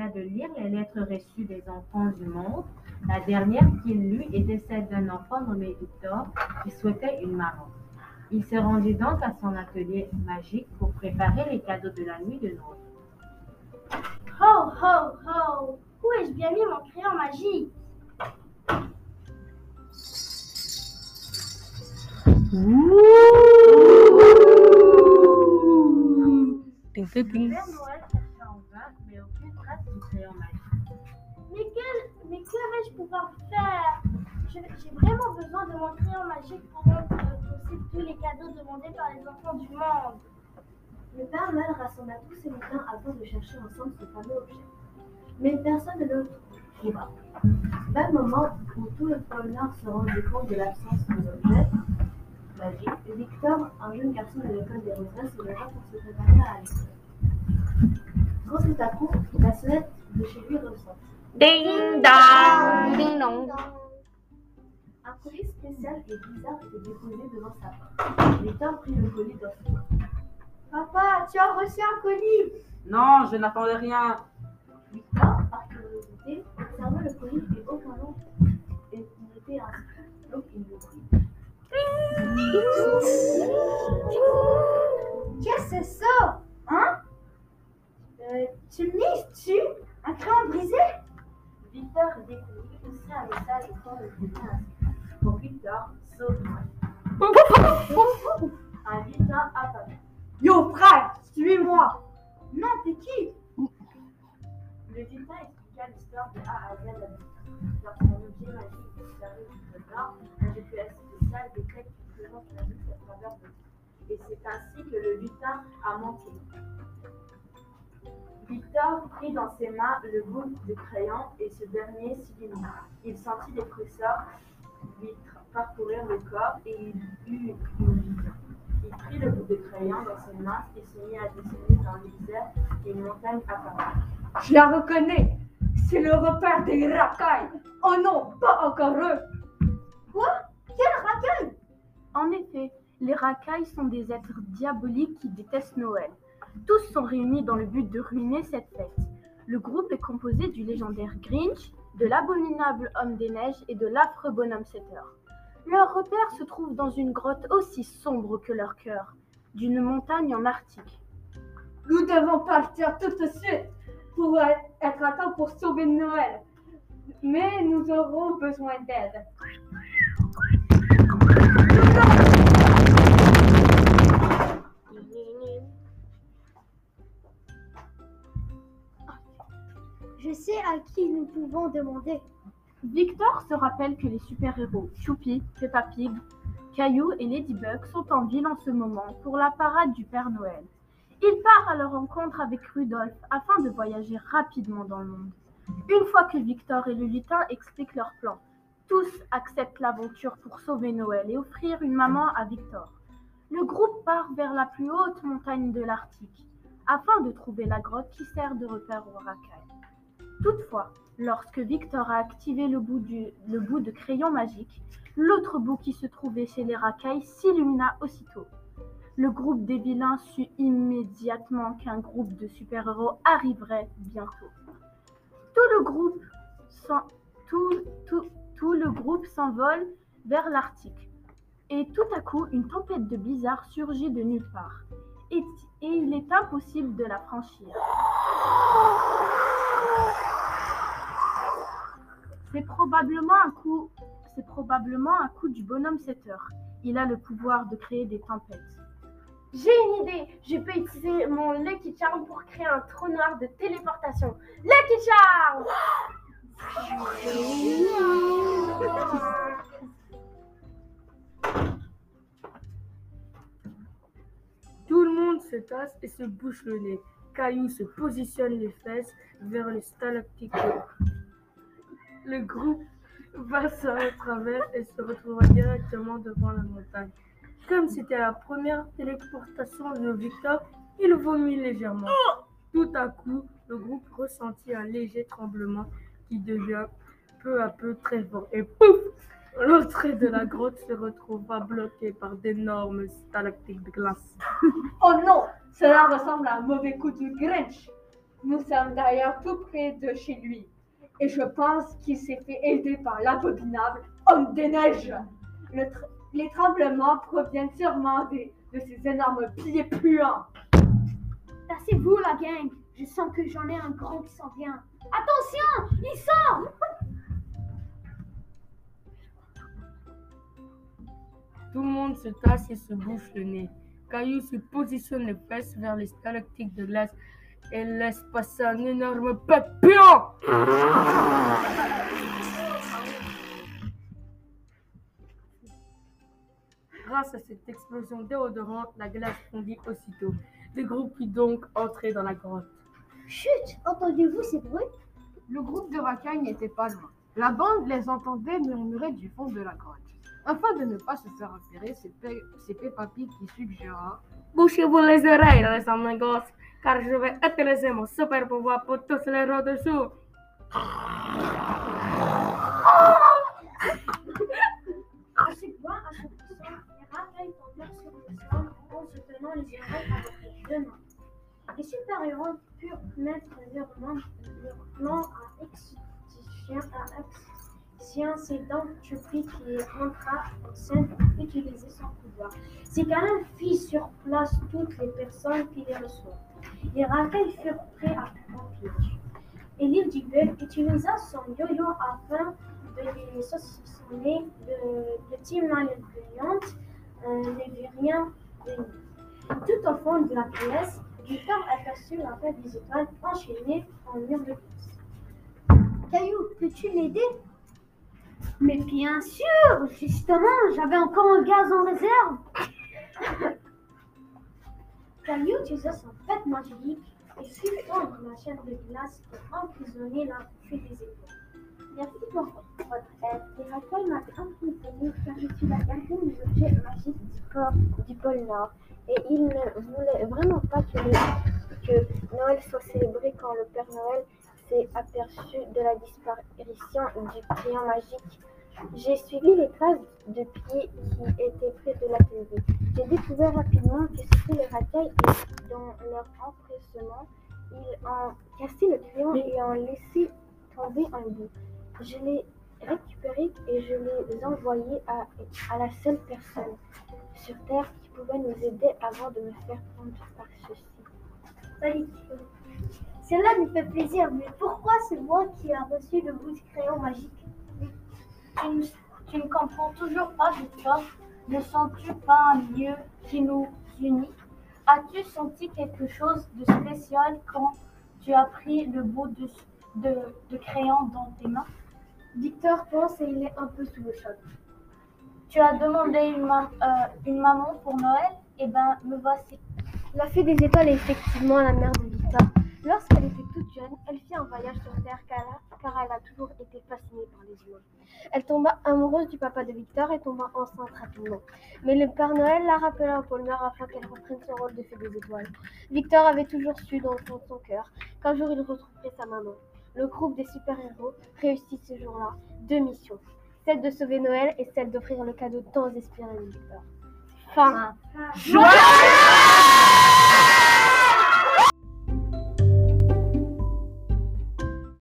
termina de lire les lettres reçues des enfants du monde, la dernière qu'il lut était celle d'un enfant nommé Victor qui souhaitait une maman. Il se rendit donc à son atelier magique pour préparer les cadeaux de la nuit de Noël. Ho, ho, ho! Où ai-je bien mis mon crayon magique? Le Père Noël chercha en vain, mais aucune trace du crayon magique. Mais que vais-je pouvoir faire? J'ai vraiment besoin de mon crayon magique pour rendre possible tous les cadeaux demandés par les enfants du monde. Le Père Noël rassembla tous ses lutins afin de chercher ensemble ce fameux objet. Mais personne ne le trouva. Au même moment où tout le pôle Nord se rendit compte de l'absence de l'objet magique, Victor, un jeune garçon de l'école des Rosaces, se leva pour se préparer à aller. Quand tout à coup, la sonnette de chez lui reçoit. Ding dong, ding dong. Un colis spécial et bizarre était déposé devant sa porte. Victor prit le colis dans ses mains. Papa, tu as reçu un colis? Non, je n'attendais rien. Victor, par curiosité, observa le colis et aucun nom n'était inscrit. Donc il l'ouvrit. Qu'est-ce que c'est ça? Hein? Tu lises-tu? Un crayon brisé? Victor découvrit aussi un message au fond de était inscrit. Pour Victor, sauve-moi. Un lutin apparut. Yo, frère, suis-moi. Non, t'es qui? Le lutin expliqua l'histoire de A à Z à Victor. Lorsqu'un objet magique disparut du trésor, un GPS spécial détecte une présence magique à travers le temps. Et c'est ainsi que le lutin a menti. Victor prit dans ses mains le bout de crayon et ce dernier s'illumina. Il sentit des frissons lui parcourir le corps et il eut une vision. Il prit le bout de crayon dans ses mains et se mit à dessiner dans les airs une montagne apparente. Je la reconnais. C'est le repère des racailles. Oh non, pas encore eux. Quoi? Quel racaille? En effet, les racailles sont des êtres diaboliques qui détestent Noël. Tous sont réunis dans le but de ruiner cette fête. Le groupe est composé du légendaire Grinch, de l'abominable homme des neiges et de l'affreux bonhomme 7 heures. Leur repère se trouve dans une grotte aussi sombre que leur cœur, d'une montagne en Arctique. Nous devons partir tout de suite pour être à temps pour sauver Noël. Mais nous aurons besoin d'aide. Je sais à qui nous pouvons demander. Victor se rappelle que les super-héros Choupi, Peppa Pig, Caillou et Ladybug sont en ville en ce moment pour la parade du Père Noël. Il part à leur rencontre avec Rudolph afin de voyager rapidement dans le monde. Une fois que Victor et le lutin expliquent leur plan, tous acceptent l'aventure pour sauver Noël et offrir une maman à Victor. Le groupe part vers la plus haute montagne de l'Arctique afin de trouver la grotte qui sert de repère aux racailles. Toutefois, lorsque Victor a activé le bout de crayon magique, l'autre bout qui se trouvait chez les racailles s'illumina aussitôt. Le groupe des vilains sut immédiatement qu'un groupe de super-héros arriverait bientôt. Tout le groupe s'envole vers l'Arctique. Et tout à coup, une tempête de blizzard surgit de nulle part. Et il est impossible de la franchir. C'est probablement un coup du bonhomme 7 heures. Il a le pouvoir de créer des tempêtes. J'ai une idée. Je peux utiliser mon Lucky Charm pour créer un trou noir de téléportation. Lucky Charm! Tout le monde se tasse et se bouche le nez. Caillou se positionne les fesses vers les stalactites. Le groupe passa à travers et se retrouva directement devant la montagne. Comme c'était la première téléportation de Victor, il vomit légèrement. Tout à coup, le groupe ressentit un léger tremblement qui devient peu à peu très fort. Et pouf! L'entrée de la grotte se retrouva bloquée par d'énormes stalactites de glace. Oh non, cela ressemble à un mauvais coup du Grinch. Nous sommes d'ailleurs tout près de chez lui. Et je pense qu'il s'est fait aider par l'abominable homme des neiges. Les tremblements proviennent sûrement de ces énormes pieds puants. Tassez-vous la gang, je sens que j'en ai un grand qui s'en vient. Attention, il sort! Tout le monde se tasse et se bouche le nez. Caillou se positionne les fesses vers les stalactites de glace et laisse passer un énorme papillon. Grâce à cette explosion déodorante, la glace fondit aussitôt. Le groupe put donc entrer dans la grotte. Chut, entendez-vous ces bruits? Le groupe de racailles n'était pas loin. La bande les entendait murmurer du fond de la grotte. Afin de ne pas se faire repérer, c'est Peppa Pig qui suggéra « Bouchez-vous les oreilles, les amigos, car je vais utiliser mon super pouvoir pour tous les rats-dessous. » À ce point, à ce poussant, les racailles tombèrent sur le sol en se tenant les oreilles avec les deux mains. Les super-héros purent mettre leur plan à exécution, c'est donc Choupi qui entra en scène pour utiliser son pouvoir. Ces canons fit sur place toutes les personnes qui les reçoivent. Les racailles furent prêts à piège. Et Ladybug utilisa son yo-yo afin de les saucissonner. Le team malveillante ne vit rien venir. Tout au fond de la pièce, Victor aperçut la fête des étoiles enchaînée en mur de glace. Caillou, peux-tu m'aider? Mais bien sûr, justement, j'avais encore un gaz en réserve. Caillou utilisa son fête magique et fit fondre la chaîne de glace pour emprisonner la fuite des étoiles. Merci pour votre aide. Les racailles m'avaient emprisonné car je suis la gardienne des objets magiques du pôle Nord. Et ils ne voulaient vraiment pas que Noël soit célébré quand le Père Noël s'est aperçu de la disparition du crayon magique. J'ai suivi les traces de pieds qui étaient près de l'atelier. J'ai découvert rapidement que c'était les racailles et dans leur empressement, ils ont cassé le crayon et ont laissé tomber un bout. Je l'ai récupéré et je l'ai envoyé à la seule personne sur Terre qui pouvait nous aider avant de me faire prendre par ceci. Cela me fait plaisir, mais pourquoi c'est moi qui ai reçu le bout de crayon magique? Tu ne comprends toujours pas, Victor? Ne sens-tu pas un lieu qui nous unit? As-tu senti quelque chose de spécial quand tu as pris le bout de crayon dans tes mains? Victor pense et il est un peu sous le choc. Tu as demandé une maman pour Noël? Eh ben, me voici. La fée des étoiles est effectivement la mère de Victor. Lorsqu'elle était toute jeune, elle fit un voyage sur Terre car elle a toujours été fascinée par les humains. Elle tomba amoureuse du papa de Victor et tomba enceinte rapidement. Mais le Père Noël la rappela au pôle Nord afin qu'elle reprenne son rôle de fée des étoiles. Victor avait toujours su dans le fond de son cœur qu'un jour il retrouverait sa maman. Le groupe des super-héros réussit ce jour-là 2 missions. Celle de sauver Noël et celle d'offrir le cadeau tant espéré de Victor. Fin. Joyeux